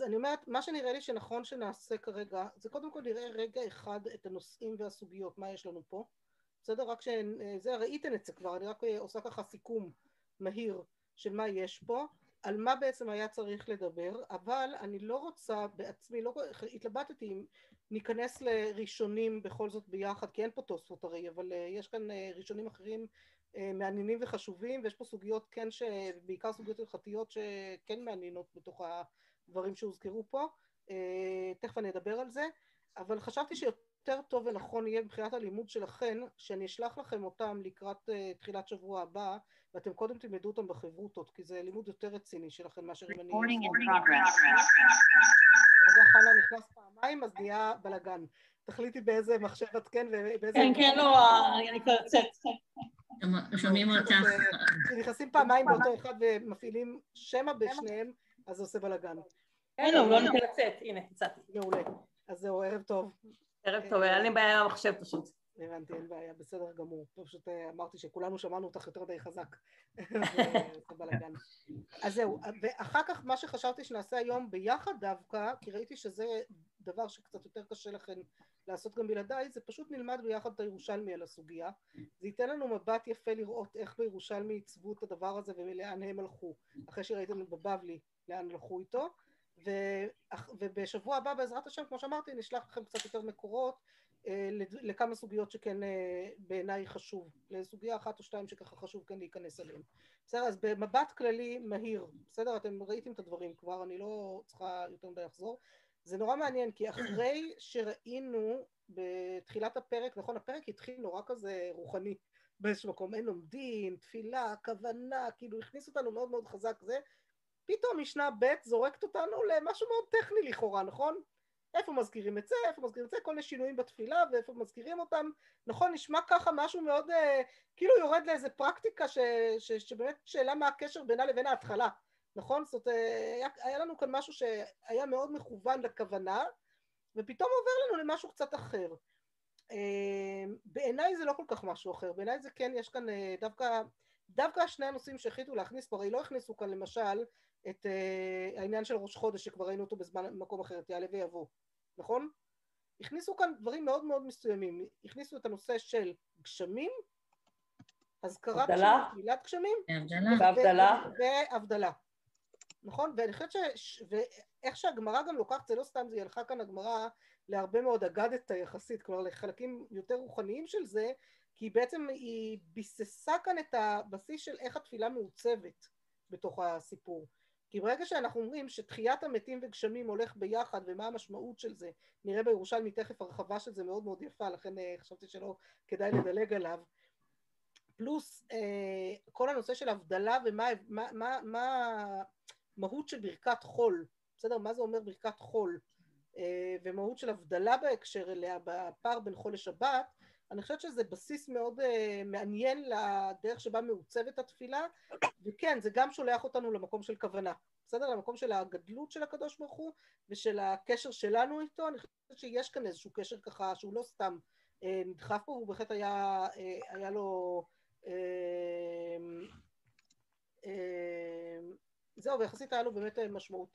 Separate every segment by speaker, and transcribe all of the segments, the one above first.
Speaker 1: אני אומרת, מה שנראה לי שנכון שנעשה כרגע, זה קודם כל נראה רגע אחד את הנושאים והסוגיות, מה יש לנו פה. בסדר? רק שזה, ראיתן את זה כבר, אני רק עושה ככה סיכום מהיר של מה יש פה, על מה בעצם היה צריך לדבר, אבל אני לא רוצה בעצמי, לא התלבטתי אם ניכנס לראשונים בכל זאת ביחד, כי אין פה תוספות הרי, אבל יש כאן ראשונים אחרים מעניינים וחשובים, ויש פה סוגיות כן, בעיקר סוגיות הלכתיות שכן מעניינות בתוך הדברים שהוזכרו פה, תכף אני אדבר על זה, אבל חשבתי שיותר טוב ונכון יהיה מבחינת הלימוד שלכם, שאני אשלח לכם אותם לקראת תחילת שבוע הבא, ואתם קודם תלמדו אותם בחברותות, כי זה לימוד יותר רציני שלכם מאשר אם אני... רגע, חנה נכנס פעמיים, אז נהיה בלגן. תחליטי באיזה מחשב את כן ובאיזה...
Speaker 2: כן, כן, לא, אני כבר יוצאת.
Speaker 3: שומעים אותך.
Speaker 1: כשנכנסים פעמיים באותו אחד ומפעילים שמע בשניהם, אז זה עושה בלגן.
Speaker 2: אין לו, לא ניתן לצאת, הנה, יצאתי.
Speaker 1: מעולה. אז זהו, ערב טוב.
Speaker 2: ערב טוב, אין לי בעיה במחשב פשוט.
Speaker 1: הבנתי, אין בעיה, בסדר גמור. פשוט אמרתי שכולנו שמענו אותך יותר די חזק. זה בלגן. אז זהו, ואחר כך מה שחשבתי שנעשה היום ביחד דווקא, כי ראיתי שזה דבר שקצת יותר קשה לכם לעשות גם בלעדיי, זה פשוט נלמד ביחד את הירושלמי על הסוגיה. זה ייתן לנו מבט יפה לראות איך בירושלמי עיצבו את הדבר הזה ולאן הם הלכו. אחרי שראיתם בבבלי לאן הלכו איתו. ובשבוע הבא בעזרת השם, כמו שאמרתי, נשלח לכם קצת יותר מקורות לכמה סוגיות שכן בעיניי חשוב, לסוגיה אחת או שתיים שככה חשוב כן להיכנס אליהם. בסדר, אז במבט כללי מהיר, בסדר, אתם ראיתם את הדברים כבר, אני לא צריכה יותר מדי לחזור. זה נורא מעניין, כי אחרי שראינו בתחילת הפרק, נכון, הפרק התחיל נורא כזה רוחני, באיזשהו מקום, אין לומדין, תפילה, כוונה, כאילו הכניס אותנו מאוד מאוד חזק זה, פתאום משנה ב' זורקת אותנו למשהו מאוד טכני לכאורה, נכון? איפה מזכירים את זה, איפה מזכירים את זה, כל מיני שינויים בתפילה ואיפה מזכירים אותם, נכון, נשמע ככה משהו מאוד, כאילו יורד לאיזה פרקטיקה שבאמת שאלה מה הקשר בינה לבין ההתחלה, נכון? זאת אומרת, היה לנו כאן משהו שהיה מאוד מכוון לכוונה, ופתאום עובר לנו למשהו קצת אחר. בעיניי זה לא כל כך משהו אחר, בעיניי זה כן, יש כאן דווקא שני הנושאים שהחליטו להכניס פה, הרי לא הכניסו כאן למשל את העניין של ראש חודש שכבר ראינו אותו בזמן מקום אחר, יעלה ויבוא, נכון? הכניסו כאן דברים מאוד מאוד מסוימים, הכניסו את הנושא של גשמים, הזכרת גשמים, מילת גשמים, והבדלה, נכון? ואני חושבת ואיך שהגמרא גם לוקחת, זה לא סתם, זה ילכה כאן הגמרא להרבה מאוד אגדת יחסית, כלומר לחלקים יותר רוחניים של זה, כי בעצם היא ביססה כאן את הבסיס של איך התפילה מעוצבת בתוך הסיפור. כי ברגע שאנחנו אומרים שתחיית המתים וגשמים הולך ביחד ומה המשמעות של זה, נראה בירושלמי תכף הרחבה של זה מאוד מאוד יפה, לכן חשבתי שלא כדאי לדלג עליו. פלוס כל הנושא של הבדלה ומה מהות של ברכת חול, בסדר? מה זה אומר ברכת חול? ומהות של הבדלה בהקשר אליה, בפער בין חול לשבת, אני חושבת שזה בסיס מאוד מעניין לדרך שבה מעוצבת התפילה, וכן, זה גם שולח אותנו למקום של כוונה, בסדר? למקום של הגדלות של הקדוש ברוך הוא, ושל הקשר שלנו איתו, אני חושבת שיש כאן איזשהו קשר ככה, שהוא לא סתם נדחף פה, הוא בהחלט היה לו, זהו, ויחסית היה לו באמת משמעות,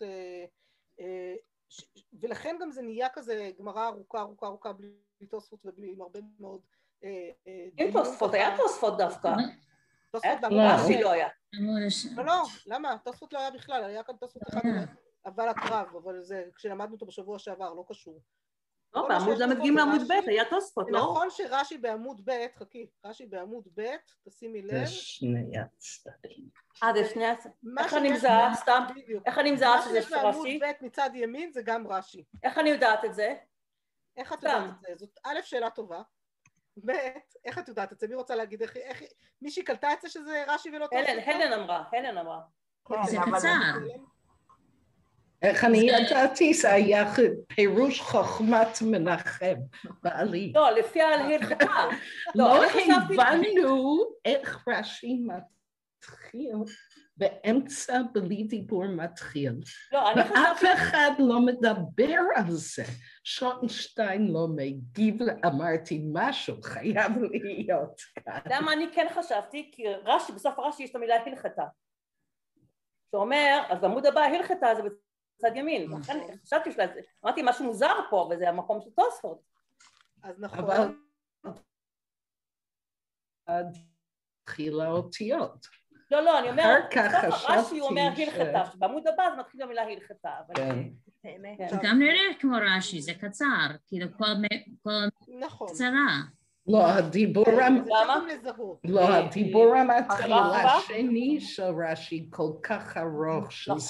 Speaker 1: ולכן גם זה נהיה כזה גמרא ארוכה בלי תוספות ובלי עם הרבה מאוד
Speaker 2: אין תוספות, היה תוספות דווקא.
Speaker 1: תוספות
Speaker 2: רש"י לא היה.
Speaker 1: לא, למה? תוספות לא היה בכלל, היה כאן תוספות אחד, אבל הקרב, אבל זה כשלמדנו אותו בשבוע שעבר, לא קשור.
Speaker 2: לא, בעמוד למד ג' לעמוד ב' היה תוספות, לא?
Speaker 1: נכון שרש"י בעמוד ב', חכי, רש"י בעמוד ב', תשימי לב.
Speaker 4: זה שני הצדדים.
Speaker 2: זה שני הצדדים. איך אני מזהה, סתם? איך אני מזהה שזה רש"י?
Speaker 1: מה שיש בעמוד ב' מצד ימין זה גם רש"י.
Speaker 2: איך אני יודעת את זה?
Speaker 1: איך את יודעת את זה? זאת א', שאלה טובה. ב', איך את יודעת את זה? מי רוצה להגיד איך... מישהי קלטה את זה שזה רש"י ולא תוספות?
Speaker 2: הלן אמרה.
Speaker 3: זה קצר.
Speaker 4: איך אני ידעתי? זה היה פירוש חוכמת מנחם בעלי.
Speaker 2: לא, לפי ההלכתה.
Speaker 4: לא הבנו איך רש"י מתחיל באמצע בלי דיבור מתחיל. ואף אחד לא מדבר על זה. שוטנשטיין לא מגיב, אמרתי משהו, חייב להיות כאן.
Speaker 2: למה אני כן חשבתי? כי רש"י, בסוף רש"י יש את המילה הלכתה. שאומר, אז בעמוד הבא הלכתה זה צד ימין, לכן חשבתי אמרתי משהו מוזר פה, וזה המקום של תוספות.
Speaker 1: אז נכון.
Speaker 4: אבל התחילה אותיות.
Speaker 2: לא, אני אומרת,
Speaker 4: אחר כך
Speaker 2: רש"י אומר
Speaker 4: חשבתי
Speaker 2: הלכתה, בעמוד הבא זה מתחיל במילה הלכתה.
Speaker 3: זה גם נראה כמו רש"י, זה קצר, כאילו כל קצרה.
Speaker 4: לא, הדיבור המתחילה השני של רש"י כל כך ארוך,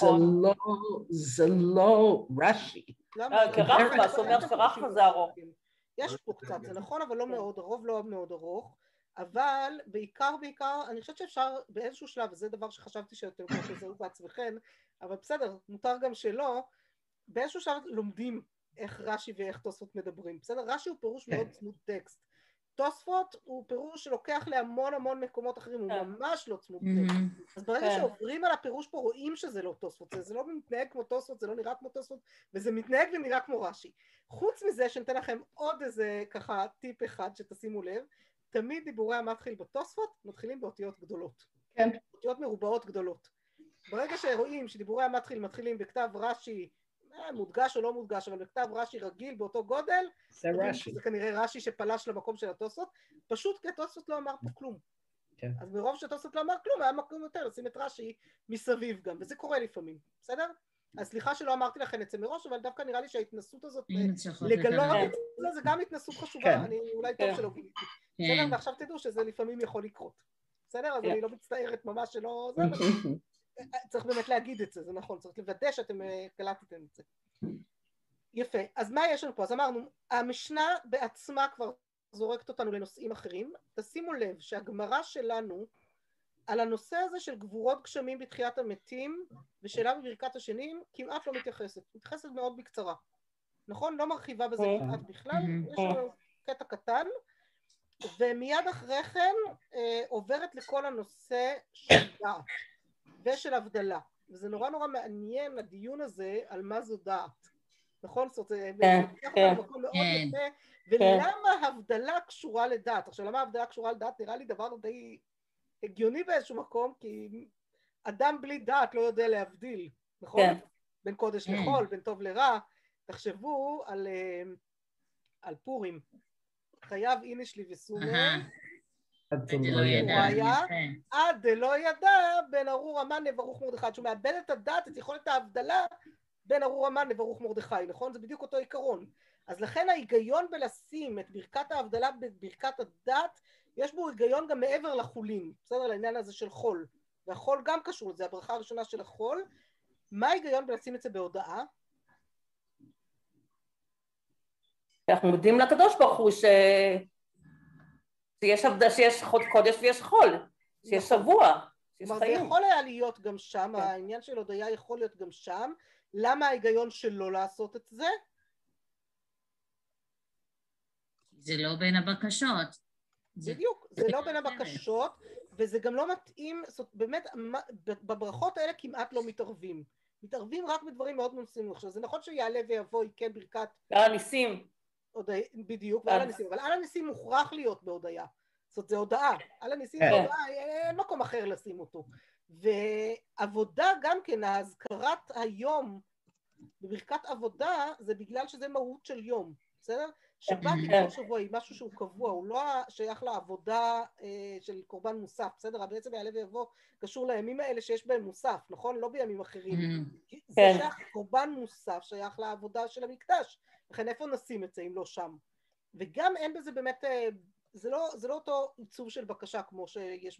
Speaker 4: שזה לא רש"י.
Speaker 2: כי רחמה, שאומר שרחמה זה ארוך.
Speaker 1: יש פה קצת, זה נכון, אבל לא מאוד, הרוב לא מאוד ארוך. אבל בעיקר, אני חושבת שאפשר באיזשהו שלב, וזה דבר שחשבתי שאתם כבר תזהו בעצמכם, אבל בסדר, מותר גם שלא, באיזשהו שלב לומדים איך רש"י ואיך תוספות מדברים. בסדר, רש"י הוא פירוש מאוד צמוד טקסט. תוספות הוא פירוש שלוקח להמון מקומות אחרים, הוא ממש לא צמוד טקסט. אז ברגע שעוברים על הפירוש פה רואים שזה לא תוספות, זה לא מתנהג כמו תוספות, זה לא נראה כמו תוספות, וזה מתנהג ונראה כמו רש"י. חוץ מזה שנתן לכם עוד איזה ככה טיפ אחד שתשימו לב, תמיד דיבורי המתחיל בתוספות מתחילים באותיות גדולות.
Speaker 4: כן.
Speaker 1: אותיות מרובעות גדולות. ברגע שרואים שדיבורי המתחיל מתחילים בכתב רש"י, מודגש או לא מודגש, אבל בכתב רש"י רגיל באותו גודל,
Speaker 4: זה רש"י.
Speaker 1: זה כנראה רש"י שפלש למקום של התוספות, פשוט כי התוספות לא אמר פה כלום.
Speaker 4: כן.
Speaker 1: אז מרוב שהתוספות לא אמר כלום, היה מקום יותר לשים את רש"י מסביב גם, וזה קורה לפעמים, בסדר? אז סליחה שלא אמרתי לכם את זה מראש, אבל דווקא נראה לי שההתנסות הזאת לגלות את זה, זה גם התנסות חשובה, אני אולי טוב שלא גיליתי. בסדר, ועכשיו תדעו שזה לפעמים יכול לקרות. בסדר? אז אני לא מצטערת ממש שלא זה, אבל צריך באמת להגיד את זה, זה נכון, צריך לוודא שאתם קלטתם את זה. יפה, אז מה יש לנו פה? אז אמרנו, המשנה בעצמה כבר זורקת אותנו לנושאים אחרים, תשימו לב שהגמרא שלנו על הנושא הזה של גבורות גשמים בתחיית המתים ושאלה בברכת השנים כמעט לא מתייחסת מאוד בקצרה, נכון? לא מרחיבה בזה כמעט בכלל, יש לנו קטע קטן, ומיד אחרי כן עוברת לכל הנושא של דעת ושל הבדלה, וזה נורא מעניין הדיון הזה על מה זו דעת, נכון? זאת אומרת, זה מקום מאוד יפה, ולמה הבדלה קשורה לדעת? עכשיו, למה הבדלה קשורה לדעת? נראה לי דבר די הגיוני באיזשהו מקום, כי אדם בלי דעת לא יודע להבדיל, נכון? בין קודש לחול, בין טוב לרע. תחשבו על פורים, חייב איניש לי וסומי, עד דלא ידע בין ארור המן לברוך מרדכי, שהוא מאבד את הדעת, את יכולת ההבדלה בין ארור המן לברוך מרדכי, נכון? זה בדיוק אותו עיקרון. אז לכן ההיגיון בלשים את ברכת ההבדלה בברכת הדת, יש בו היגיון גם מעבר לחולין, בסדר? לעניין הזה של חול, והחול גם קשור, זה הברכה הראשונה של החול. מה ההיגיון בלשים את זה בהודעה?
Speaker 2: אנחנו מודים לקדוש ברוך הוא שיש קודש ויש חול, שיש שבוע, שיש חיים.
Speaker 1: זה יכול היה להיות גם שם, העניין של הודעה יכול להיות גם שם. למה ההיגיון שלא לעשות את זה?
Speaker 3: זה לא בין הבקשות.
Speaker 1: בדיוק, זה לא בין הבקשות, וזה גם לא מתאים, זאת באמת, בברכות האלה כמעט לא מתערבים. מתערבים רק בדברים מאוד מנסים. עכשיו, זה נכון שיעלה ויבוא, כן, ברכת...
Speaker 2: ועל הניסים.
Speaker 1: בדיוק, ועל הניסים, אבל על הניסים מוכרח להיות בהודעה. זאת אומרת, זה הודעה. על הניסים זה הודעה, אין מקום אחר לשים אותו. ועבודה גם כן, ההזכרת היום בברכת עבודה, זה בגלל שזה מהות של יום, בסדר? שבת היא שבוע, היא משהו שהוא קבוע, הוא לא שייך לעבודה של קורבן מוסף, בסדר? בעצם יעלה ויבוא קשור לימים האלה שיש בהם מוסף, נכון? לא בימים אחרים. זה שייך קורבן מוסף, שייך לעבודה של המקדש. לכן איפה נשים את זה אם לא שם? וגם אין בזה באמת, זה לא אותו עיצוב של בקשה כמו שיש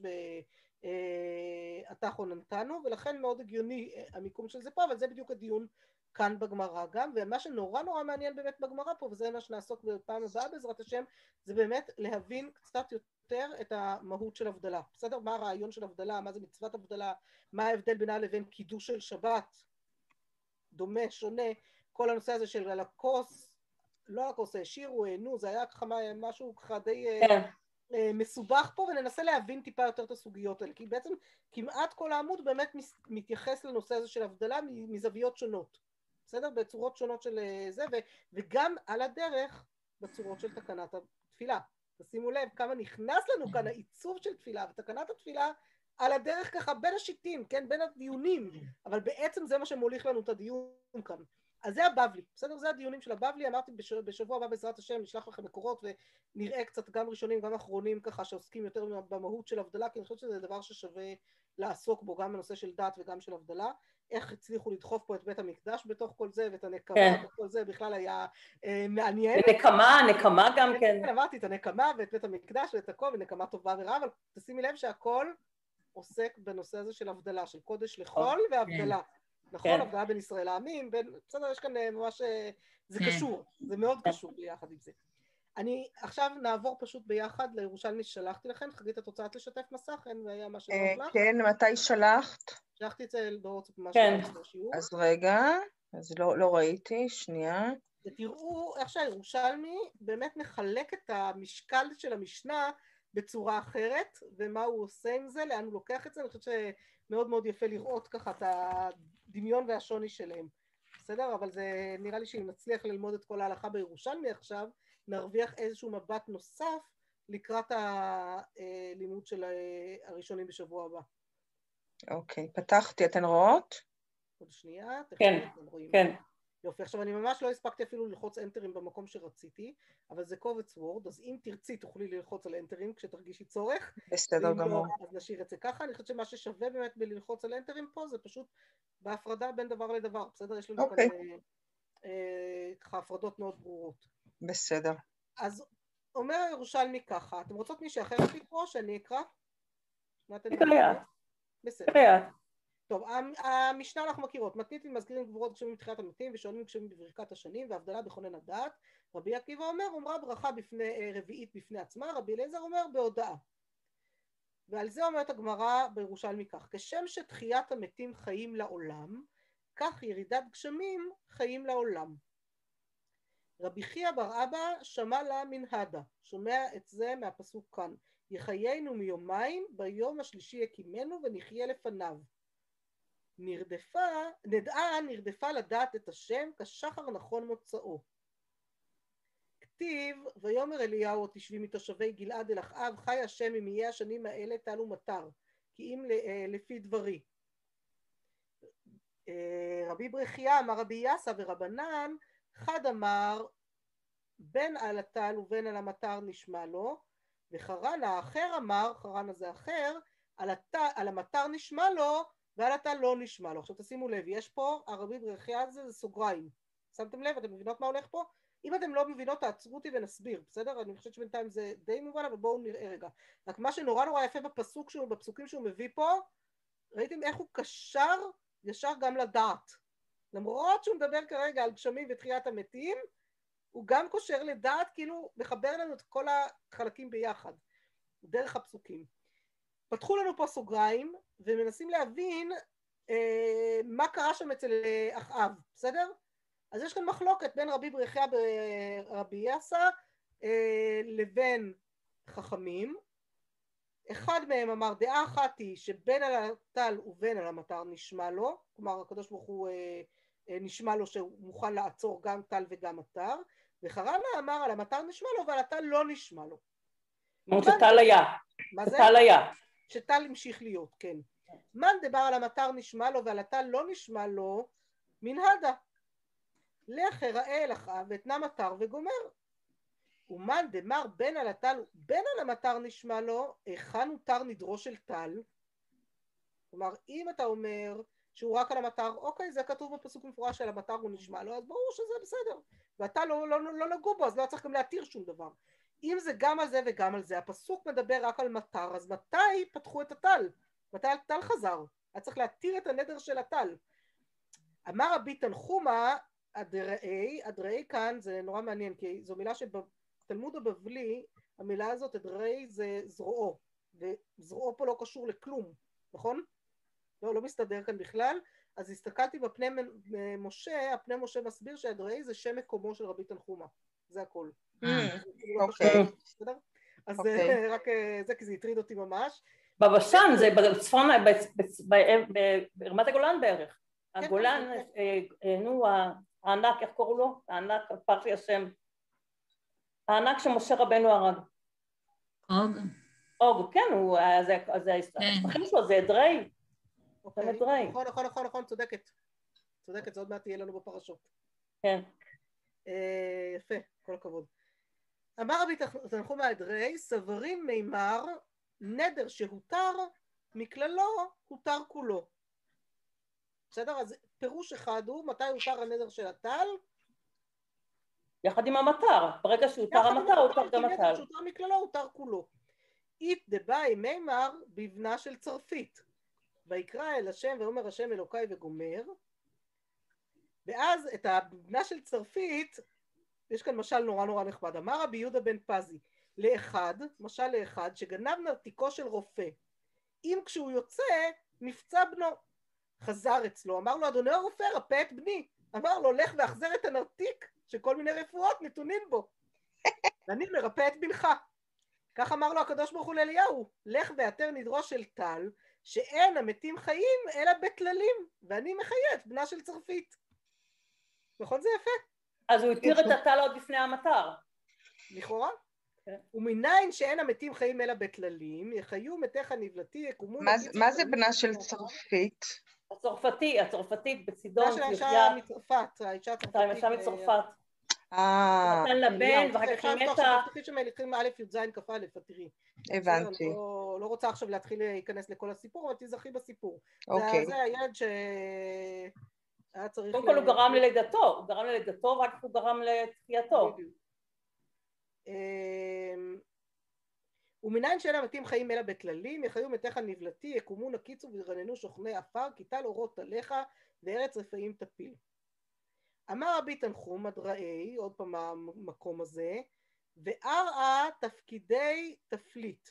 Speaker 1: באתך או נתנו, ולכן מאוד הגיוני המיקום של זה פה, אבל זה בדיוק הדיון כאן בגמרא גם, ומה שנורא מעניין באמת בגמרא פה, וזה מה שנעסוק בפעם הבאה בעזרת השם, זה באמת להבין קצת יותר את המהות של הבדלה. בסדר? מה הרעיון של הבדלה, מה זה מצוות הבדלה, מה ההבדל בינה לבין קידוש של שבת, דומה, שונה, כל הנושא הזה של על הכוס, לא על הכוס, שירו, נו, זה היה ככה משהו ככה די מסובך פה, וננסה להבין טיפה יותר את הסוגיות האלה, כי בעצם כמעט כל העמוד באמת מתייחס לנושא הזה של הבדלה מזוויות שונות. בסדר? בצורות שונות של זה, וגם על הדרך בצורות של תקנת התפילה. תשימו לב כמה נכנס לנו כאן העיצוב של תפילה, ותקנת התפילה על הדרך ככה בין השיטים, כן, בין הדיונים, אבל בעצם זה מה שמוליך לנו את הדיון כאן. אז זה הבבלי, בסדר? זה הדיונים של הבבלי, אמרתי בשבוע הבא בעזרת השם נשלח לכם מקורות ונראה קצת גם ראשונים גם אחרונים ככה שעוסקים יותר במהות של הבדלה, כי אני חושבת שזה דבר ששווה לעסוק בו גם בנושא של דת וגם של הבדלה, איך הצליחו לדחוף פה את בית המקדש בתוך כל זה ואת הנקמה וכל זה בכלל היה מעניין.
Speaker 2: נקמה גם כן.
Speaker 1: אמרתי את הנקמה ואת בית המקדש ואת הכל ונקמה טובה ורע, אבל תשימי לב שהכל עוסק בנושא הזה של הבדלה, של קודש לחול והבדלה. נכון, הבדלה בין ישראל לעמים, בסדר, יש כאן ממש, זה קשור, זה מאוד קשור ביחד עם זה. אני עכשיו נעבור פשוט ביחד לירושלמי ששלחתי לכם, חגית את רוצה לשתף מסך, אין היה מה שנוח לך?
Speaker 5: כן, מתי שלחת?
Speaker 1: שלחתי את זה בוואטסאפ ממש בשיעור.
Speaker 5: אז רגע, אז לא ראיתי, שנייה.
Speaker 1: ותראו איך שהירושלמי באמת מחלק את המשקל של המשנה בצורה אחרת, ומה הוא עושה עם זה, לאן הוא לוקח את זה, אני חושבת שמאוד מאוד יפה לראות ככה את הדמיון והשוני שלהם. בסדר? אבל זה נראה לי שאם נצליח ללמוד את כל ההלכה בירושלמי עכשיו, נרוויח איזשהו מבט נוסף לקראת הלימוד של הראשונים בשבוע הבא.
Speaker 5: אוקיי, פתחתי, אתן רואות?
Speaker 1: עוד שנייה,
Speaker 2: כן, כן.
Speaker 1: יופי, עכשיו אני ממש לא הספקתי אפילו ללחוץ אנטרים במקום שרציתי, אבל זה קובץ וורד, אז אם תרצי תוכלי ללחוץ על אנטרים כשתרגישי צורך.
Speaker 5: בסדר גמור.
Speaker 1: אז נשאיר את זה ככה, אני חושבת שמה ששווה באמת בללחוץ על אנטרים פה, זה פשוט בהפרדה בין דבר לדבר, בסדר? יש לנו כאן ככה הפרדות מאוד ברורות.
Speaker 5: בסדר.
Speaker 1: אז אומר הירושלמי ככה, אתם רוצות מישהי אחרת לקרוא שאני אקרא?
Speaker 2: תקרא.
Speaker 1: בסדר.
Speaker 2: תקרא.
Speaker 1: טוב, המשנה אנחנו מכירות, מתניתין מזכירים גבורות גשמים בתחיית המתים ושואלים גשמים בברכת השנים והבדלה בכונן הדעת. רבי עקיבא אומר ברכה רביעית בפני עצמה, רבי אליעזר אומר בהודעה. ועל זה אומרת הגמרא בירושלמי כך, כשם שתחיית המתים חיים לעולם, כך ירידת גשמים חיים לעולם. רבי חייא בר אבא שמע לה מנהדה, שומע את זה מהפסוק כאן, יחיינו מיומיים, ביום השלישי יקימנו ונחיה לפניו. נרדפה לדעת את השם כשחר נכון מוצאו. כתיב ויאמר אליהו תשבי מתושבי גלעד אל אחאב חי השם אם יהיה השנים האלה טל ומטר כי אם לפי דברי. רבי ברכיה אמר רבי יאסא ורבנן חד אמר בין על הטל ובין על המטר נשמע לו, וחרן האחר אמר, חרן הזה אחר, על המטר נשמע לו ועל הטל לא נשמע לו. עכשיו תשימו לב, יש פה הרבי ברכיה הזה זה סוגריים, שמתם לב? אתם מבינות מה הולך פה? אם אתם לא מבינות תעצרו אותי ונסביר, בסדר? אני חושבת שבינתיים זה די מובן, אבל בואו נראה רגע. רק מה שנורא יפה בפסוקים שהוא מביא פה, ראיתם איך הוא קשר ישר גם לדעת. למרות שהוא מדבר כרגע על גשמים ותחיית המתים, הוא גם קושר לדעת, כאילו מחבר לנו את כל החלקים ביחד, דרך הפסוקים. פתחו לנו פה סוגריים, ומנסים להבין מה קרה שם אצל אחאב, בסדר? אז יש כאן מחלוקת בין רבי ברכיה ורבי יאסא לבין חכמים. אחד מהם אמר, דעה אחת היא שבין על הטל ובין על המטר נשמע לו, כלומר הקדוש ברוך הוא נשמע לו שהוא מוכן לעצור גם טל וגם מטר, וחרנה אמר על המטר נשמע לו ועל הטל לא נשמע לו.
Speaker 2: זאת שטל היה.
Speaker 1: מה זה?
Speaker 2: שטל היה.
Speaker 1: שטל המשיך להיות, כן. מן דבר על המטר נשמע לו ועל הטל לא נשמע לו, מנהדה. לך הראה אל אחאב ואתנה מטר וגומר. ומן דמר בין על הטל בין על המטר נשמע לו, היכן הותר נדרו של טל? כלומר, אם אתה אומר שהוא רק על המטר, אוקיי, זה כתוב בפסוק מפורש של המטר הוא נשמע לו, אז ברור שזה בסדר. ואתה לא נגעו בו, אז לא צריך גם להתיר שום דבר. אם זה גם על זה וגם על זה, הפסוק מדבר רק על מטר, אז מתי פתחו את הטל? מתי הטל חזר? היה צריך להתיר את הנדר של הטל. אמר רבי תנחומא, אדראי כאן, זה נורא מעניין, כי זו מילה שבתלמוד הבבלי, המילה הזאת, אדראי, זה זרועו, וזרועו פה לא קשור לכלום, נכון? לא מסתדר כאן בכלל, אז הסתכלתי בפני משה, הפני משה מסביר שאדראי זה שם מקומו של רבי תנחומא, זה הכל.
Speaker 5: אוקיי.
Speaker 1: אז רק זה, כי זה הטריד אותי ממש.
Speaker 2: בבשן, זה בצפון, ברמת הגולן בערך. הגולן, נו, הענק, איך קוראו לו? הענק, פרחי השם. הענק שמשה רבנו הרג. אוג, כן, זה השפכים שלו, זה אדרי.
Speaker 1: נכון, צודקת, זה עוד מעט יהיה לנו בפרשות.
Speaker 2: כן.
Speaker 1: יפה, כל הכבוד. אמר רבי תנחום האדרי, סברים מימר, נדר שהותר, מכללו הותר כולו. בסדר? אז פירוש אחד הוא, מתי הותר הנדר של הטל?
Speaker 2: יחד עם המטר, ברגע שהותר המטר, הותר גם הטל.
Speaker 1: נדר שהותר מכללו, הותר כולו. אית דבאי מימר, בבנה של צרפית. ויקרא אל השם ואומר השם אלוקיי וגומר. ואז את הבנה של צרפית, יש כאן משל נורא נחמד. אמר רבי יהודה בן פזי, משל לאחד, שגנב נרתיקו של רופא. אם כשהוא יוצא, נפצע בנו. חזר אצלו, אמר לו, אדוני הרופא, רפא את בני. אמר לו, לך ואחזר את הנרתיק, שכל מיני רפואות נתונים בו. ואני מרפא את בנך. כך אמר לו הקדוש ברוך הוא לאליהו, לך ואתר נדרו של טל, שאין המתים חיים אלא בכללים, ואני מחיה את בנה של צרפית. נכון זה יפה?
Speaker 2: אז הוא התיר את הטל עוד לפני המטר.
Speaker 1: לכאורה. ומניין שאין המתים חיים אלא בכללים, יחיו מתיך נבלתי, יקומו...
Speaker 5: מה זה בנה של צרפית?
Speaker 2: הצרפתית בצידון.
Speaker 1: בנה של האישה מצרפת, האישה
Speaker 2: מצרפת. נתן לבן, ואחר כך היא מתה.
Speaker 1: תפתחי שמליכים א' י"ז כ"א, תראי.
Speaker 5: הבנתי.
Speaker 1: לא רוצה עכשיו להתחיל להיכנס לכל הסיפור, אבל תזכי בסיפור. זה הילד שהיה צריך...
Speaker 2: קודם כל הוא גרם ללידתו, ואחר כך הוא גרם לתחייתו.
Speaker 1: ומניין שאין המתים חיים אלא בכללים, יחיו מתיך נבלתי, יקומו נקיצו וירננו שוכני עפר, כי טל אורות עליך, וארץ רפאים תפיל. אמר רבי תנחום אדראי, עוד פעם המקום הזה, וארעה תפקידי תפליט,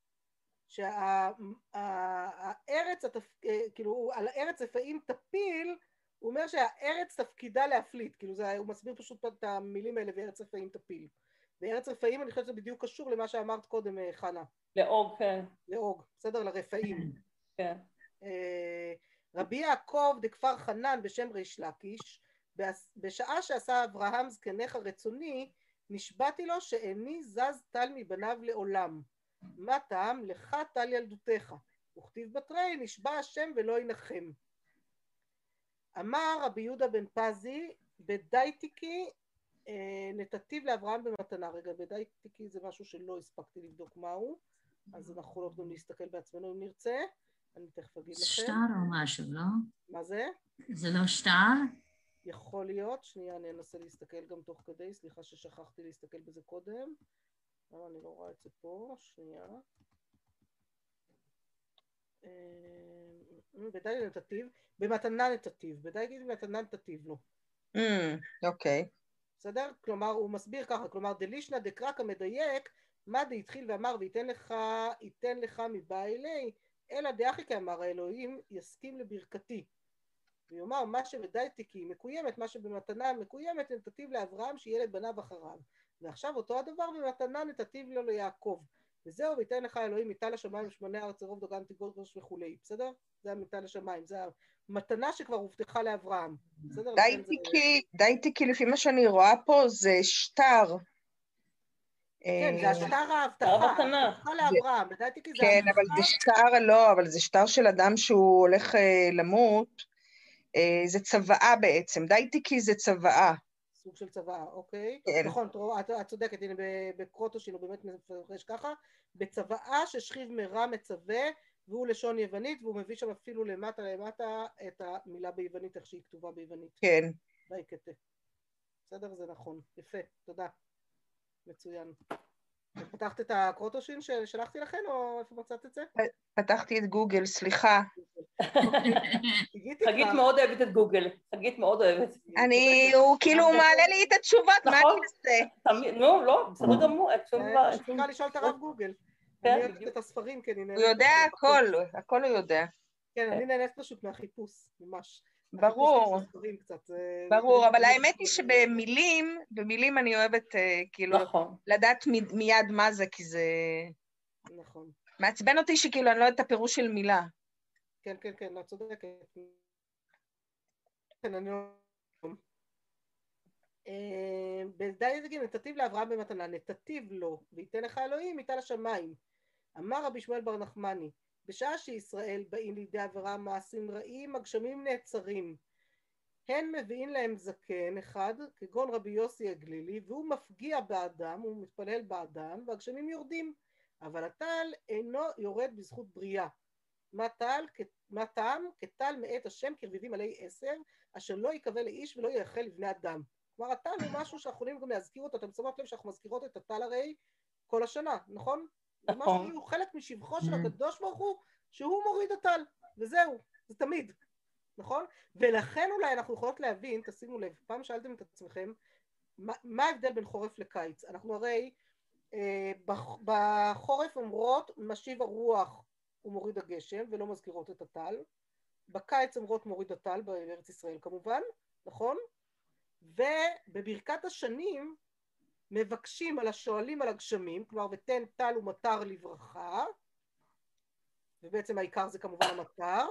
Speaker 1: שהארץ, כאילו על הארץ רפאים תפיל, הוא אומר שהארץ תפקידה להפליט, כאילו הוא מסביר פשוט את המילים האלה, וארץ רפאים תפיל. וארץ רפאים אני חושבת שזה בדיוק קשור למה שאמרת קודם, חנה.
Speaker 2: לאוג, כן.
Speaker 1: לאוג, בסדר, לרפאים.
Speaker 2: כן.
Speaker 1: רבי יעקב דכפר חנן בשם ריש לקיש, בשעה שעשה אברהם זקנך רצוני, נשבעתי לו שאיני זז טל מבניו לעולם. מה טעם? לך טל ילדותך. וכתיב בתרי, נשבע השם ולא ינחם. אמר רבי יהודה בן פזי, בדייתיקי נתתיו לאברהם במתנה. רגע, בדייתיקי זה משהו שלא הספקתי לבדוק מהו, אז אנחנו יכולות גם להסתכל בעצמנו אם נרצה. אני תכף אגיד לכם.
Speaker 3: שטר או משהו, לא?
Speaker 1: מה זה?
Speaker 3: זה לא שטר?
Speaker 1: יכול להיות, שנייה אני אנסה להסתכל גם תוך כדי, סליחה ששכחתי להסתכל בזה קודם, אבל אני לא רואה את זה פה, שנייה. בדי נתתיו, במתנה נתתיו, בדי גיד במתנה נתתיו, לא.
Speaker 5: אוקיי.
Speaker 1: בסדר? כלומר, הוא מסביר ככה, כלומר, דלישנא דקרק המדייק, מה דהתחיל ואמר ויתן לך מבא אלי, אלא דאחי כאמר האלוהים יסכים לברכתי. ויאמר מה שבדייתיקי מקוימת, מה שבמתנה מקוימת, נתתיו לאברהם שיהיה לבניו אחריו. ועכשיו אותו הדבר במתנה נתתיו לו ליעקב. וזהו, ויתן לך אלוהים מיטה לשמיים ושמונה ארץ ערוב דגן תגוש וכולי. בסדר? זה המיטה לשמיים, זה המתנה שכבר הובטחה לאברהם. בסדר?
Speaker 5: דייתיקי לפי מה שאני רואה פה זה שטר.
Speaker 1: כן, זה השטר ההבטחה, ההבטחה לאברהם.
Speaker 5: כן, אבל זה שטר, לא, אבל זה שטר של אדם שהוא הולך למות. זה צוואה בעצם, דייתיקי זה צוואה.
Speaker 1: סוג של צוואה, אוקיי.
Speaker 5: כן.
Speaker 1: נכון, את צודקת, הנה בקרוטושין הוא באמת מפרש ככה, בצוואה ששכיב מרע מצווה, והוא לשון יוונית, והוא מביא שם אפילו למטה את המילה ביוונית, איך שהיא כתובה ביוונית.
Speaker 5: כן.
Speaker 1: דייקת. בסדר, זה נכון. יפה, תודה. מצוין. פתחת את הקרוטושין ששלחתי לכם, או איפה מצאת את זה?
Speaker 5: פתחתי את גוגל, סליחה.
Speaker 2: חגית מאוד אוהבת את גוגל, חגית מאוד אוהבת.
Speaker 5: הוא כאילו מעלה לי את התשובות, מה אני עושה?
Speaker 2: נו, לא, בסדר גמור.
Speaker 1: צריכה לשאול את הרב גוגל. אני אוהבת את הספרים, כן.
Speaker 5: הוא יודע הכל הוא יודע.
Speaker 1: כן, אני נהנית פשוט מהחיפוש, ממש.
Speaker 5: ברור, ברור, אבל האמת היא שבמילים אני אוהבת כאילו לדעת מיד מה זה, כי זה מעצבן אותי שכאילו אני לא יודעת את הפירוש של מילה.
Speaker 1: כן, כן, כן, את צודקת. כן, אני לא... בדי זגים, נתתיו לאברהם במתנה, נתתיו לו, ויתן לך אלוהים, מיטה לשמיים. אמר רבי שמואל בר נחמני, בשעה שישראל באים לידי עבירה מעשים רעים, הגשמים נעצרים. הן מביאים להם זקן אחד, כגון רבי יוסי הגלילי, והוא מפגיע באדם, הוא מתפלל באדם, והגשמים יורדים. אבל הטל אינו יורד בזכות בריאה. מה טעם? כטל מאת השם כרביבים עלי 10, אשר לא יקווה לאיש ולא יאכל לבני אדם. כלומר, הטל הוא משהו שאנחנו יכולים גם להזכיר אותו. אתם שמות לב שאנחנו מזכירות את הטל הרי כל השנה, נכון? זה משהו שהוא חלק משבחו של הקדוש ברוך הוא, שהוא מוריד הטל, וזהו, זה תמיד, נכון? ולכן אולי אנחנו יכולות להבין, תשימו לב, פעם שאלתם את עצמכם, מה ההבדל בין חורף לקיץ? אנחנו הרי בחורף אומרות משיב הרוח ומוריד הגשם ולא מזכירות את הטל, בקיץ אומרות מוריד הטל בארץ ישראל כמובן, נכון? ובברכת השנים מבקשים על השואלים על הגשמים, כלומר ותן טל ומטר לברכה, ובעצם העיקר זה כמובן המטר,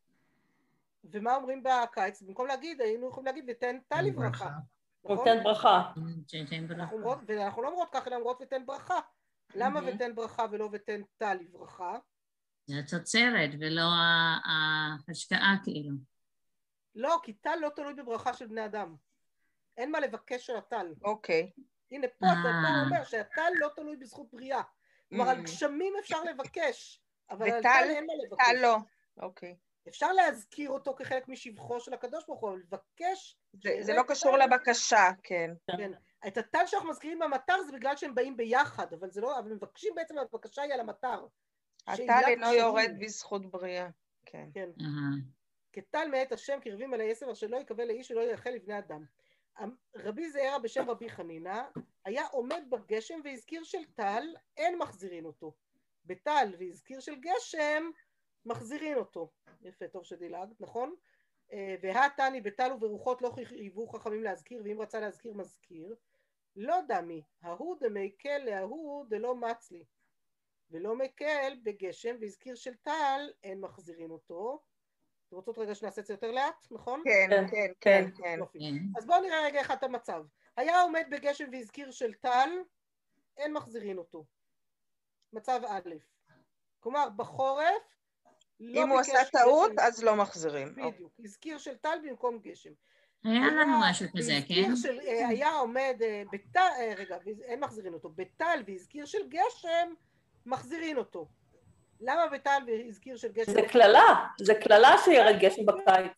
Speaker 1: ומה אומרים בקיץ? במקום להגיד, היינו יכולים להגיד ותן טל לברכה.
Speaker 2: ותן ברכה.
Speaker 1: ואנחנו לא אומרות ככה, אלא אומרות ותן ברכה. למה ותן ברכה ולא ותן טל לברכה?
Speaker 3: זה התוצרת ולא ההשקעה כאילו.
Speaker 1: לא, כי טל לא תלוי בברכה של בני אדם. אין מה לבקש של הטל.
Speaker 5: אוקיי.
Speaker 1: הנה פה אתה אומר שהטל לא תלוי בזכות בריאה. כלומר, על גשמים אפשר לבקש, אבל על טל אין מה לבקש.
Speaker 5: טל לא, אוקיי.
Speaker 1: אפשר להזכיר אותו כחלק משבחו של הקדוש ברוך הוא, אבל לבקש...
Speaker 5: זה לא קשור לבקשה, כן.
Speaker 1: כן. את הטל שאנחנו מזכירים במטר זה בגלל שהם באים ביחד, אבל זה לא, אבל מבקשים בעצם, הבקשה היא על המטר.
Speaker 5: הטל אינו יורד בזכות בריאה, כן.
Speaker 1: כן. כטל מאת השם כרבים עלי 10, אשר לא יקווה לאיש ולא יאכל לבני אדם. רבי זעירא בשם רבי חנינא היה עומד בגשם והזכיר של טל, אין מחזירין אותו. בטל והזכיר של גשם, מחזירין אותו. יפה, טוב שדילגת, נכון? והתני בטל וברוחות לא חייבו חכמים להזכיר, ואם רצה להזכיר מזכיר. לא דמי, ההוא דמקל להוא דלא מצלי, ולא מקל בגשם והזכיר של טל, אין מחזירין אותו. אתם רוצות רגע שנעשה את זה יותר לאט, נכון?
Speaker 5: כן, כן, כן, כן.
Speaker 1: אז בואו נראה רגע אחד את המצב. היה עומד בגשם והזכיר של טל, אין מחזירין אותו. מצב א', כלומר בחורף,
Speaker 5: אם הוא עשה טעות, אז לא מחזירים.
Speaker 1: בדיוק, הזכיר של טל במקום גשם.
Speaker 3: היה לנו משהו כזה, כן?
Speaker 1: היה עומד בטל, רגע, אין מחזירין אותו, בטל והזכיר של גשם, מחזירין אותו. למה בטל והזכיר של גשם?
Speaker 2: זה כללה שירד גשם בקיץ.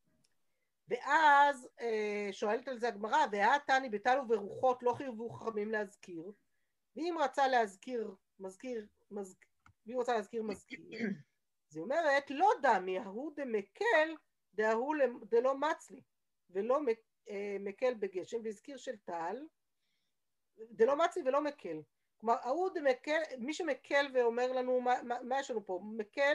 Speaker 1: ואז שואלת על זה הגמרא, והתני בטל וברוחות לא חייבו חכמים להזכיר, ואם רצה להזכיר, מזכיר. אז היא אומרת, לא דמי, ההוא דמקל, דהוא דלא מצלי, ולא מקל בגשם, והזכיר של טל, דלא מצלי ולא מקל. כלומר, ההוא דמקל, מי שמקל ואומר לנו, מה יש לנו פה? מקל,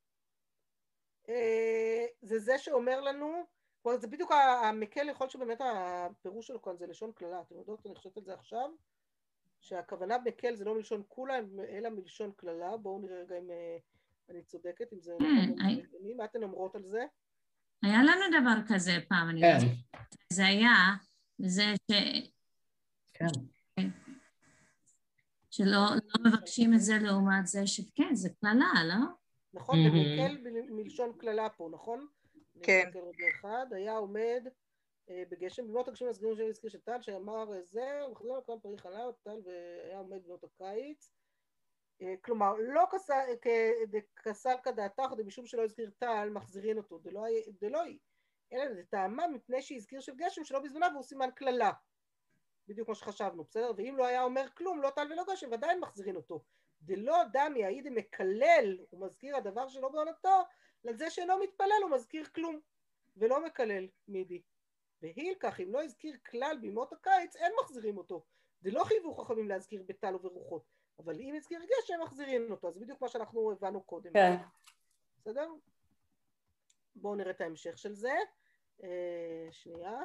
Speaker 1: זה שאומר לנו, כלומר, זה בדיוק המקל, יכול להיות שבאמת הפירוש שלו כאן זה לשון כללה. אתם יודעות, אני חושבת על זה עכשיו, שהכוונה מקל זה לא מלשון כולה, אלא מלשון כללה. בואו נראה רגע אם אני צודקת, אם זה נכון. מה אתן אומרות על זה?
Speaker 3: היה לנו דבר כזה פעם, אני יודעת. זה היה, זה שלא לא מבקשים את זה לעומת זה שכן, זה כללה, לא?
Speaker 1: נכון, ומקל מלשון כללה פה, נכון?
Speaker 5: כן.
Speaker 1: היה עומד בגשם, במות הגשמים הסגרים של הזכיר של טל, שאמר זה, הוא מחזיר לכאן פרי חלב, טל, והיה עומד במות הקיץ. כלומר, לא כסל כדעתך, משום שלא הזכיר טל, מחזירין אותו, דלוי. אלא זה טעמה מפני שהזכיר של גשם שלא בזמנה, והוא סימן כללה. בדיוק כמו שחשבנו, בסדר? ואם לא היה אומר כלום, לא טל ולא גשם, ועדיין מחזירין אותו. דלא דמי, העיד מקלל, הוא מזכיר הדבר שלא בעונתו, לזה שאינו מתפלל, הוא מזכיר כלום, ולא מקלל מידי. והיל כך, אם לא הזכיר כלל בימות הקיץ, אין מחזירים אותו. דלא חייבו חכמים להזכיר בטל וברוחות. אבל אם הזכיר גשם, מחזירים אותו. אז בדיוק מה שאנחנו הבנו קודם.
Speaker 2: כן.
Speaker 1: בסדר? בואו נראה את ההמשך של זה. שנייה.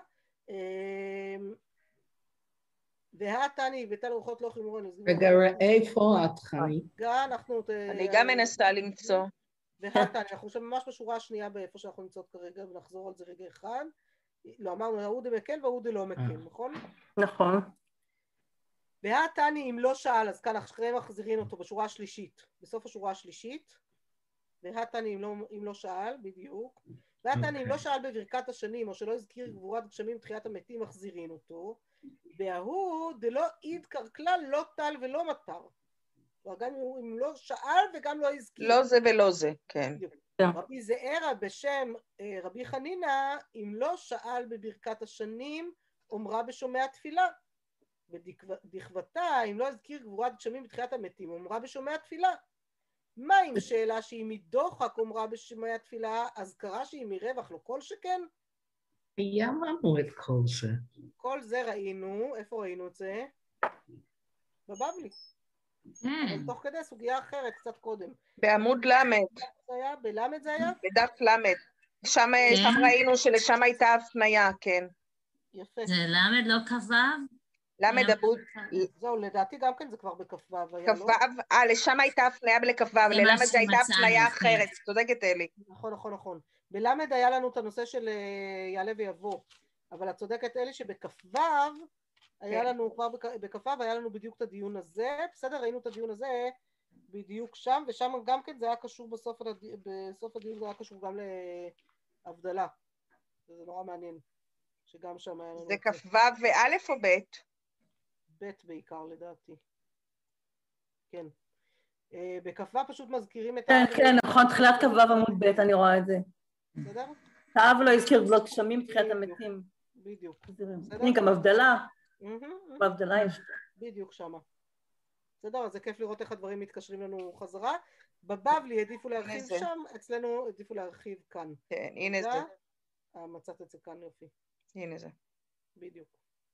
Speaker 1: והתני בטל וברוחות לא חימורן.
Speaker 4: רגע, איפה התני?
Speaker 5: אני גם מנסה למצוא.
Speaker 1: והתני, אנחנו עכשיו ממש בשורה השנייה באיפה שאנחנו נמצאות כרגע, ונחזור על זה רגע אחד. לא, אמרנו, ההוא דמקל וההוא דלא מקל, נכון?
Speaker 2: נכון.
Speaker 1: והתני אם לא שאל, אז כאן אחרי מחזירים אותו בשורה השלישית, בסוף השורה השלישית, והתני אם לא שאל, בדיוק, והתני אם לא שאל בברכת השנים, או שלא הזכיר גבורת גשמים תחיית המתים, מחזירים אותו, וההוא דלא אידקר כלל לא טל ולא מטר. גם אם לא שאל וגם לא הזכיר.
Speaker 5: לא זה ולא זה, כן.
Speaker 1: רבי זעירא בשם רבי חנינא, אם לא שאל בברכת השנים, אומרה בשומע תפילה. ודכבתה, אם לא הזכיר גבורת גשמים בתחיית המתים, אומרה בשומע תפילה. מה אם שאלה שהיא מדוחק אומרה בשומע תפילה, אז קרה שהיא מרווח, לא כל שכן?
Speaker 4: היה לנו את כל זה.
Speaker 1: כל זה ראינו, איפה ראינו את זה? בבבלי. אבל תוך כדי סוגיה אחרת, קצת קודם.
Speaker 5: בעמוד למד.
Speaker 1: בלמד זה היה?
Speaker 5: בדף למד. שם ראינו שלשם הייתה הפניה, כן.
Speaker 1: יפה.
Speaker 3: זה למד לא כבב?
Speaker 5: למד עמוד.
Speaker 1: זהו, לדעתי גם כן זה כבר בכבב.
Speaker 5: כבב, לשם הייתה הפניה לכבב, ללמד זה הייתה הפניה אחרת. צודקת אלי.
Speaker 1: נכון. בלמד היה לנו את הנושא של יעלה ויבוא, אבל את צודקת אלי שבכבב היה לנו, כבר בכ"ו היה לנו בדיוק את הדיון הזה, בסדר, ראינו את הדיון הזה בדיוק שם, ושם גם כן זה היה קשור בסוף הדיון, זה היה קשור גם להבדלה, זה נורא מעניין, שגם שם היה לנו...
Speaker 5: זה כ"ו וא' או ב'?
Speaker 1: ב' בעיקר לדעתי, כן. בכ"ו פשוט מזכירים את...
Speaker 2: כן, נכון, תחילת כ"ו עמוד ב', אני רואה את זה.
Speaker 1: בסדר?
Speaker 2: תאב לא הזכיר גבולות גשמים תחיית המתים.
Speaker 1: בדיוק.
Speaker 2: הנה גם הבדלה. בהבדלה יש.
Speaker 1: בדיוק שמה. בסדר, אז זה כיף לראות איך הדברים מתקשרים לנו חזרה. בבבלי העדיפו להרחיב שם, אצלנו העדיפו להרחיב כאן.
Speaker 5: כן, הנה זה.
Speaker 1: מצאת את זה כאן יופי.
Speaker 5: הנה זה.
Speaker 1: בדיוק.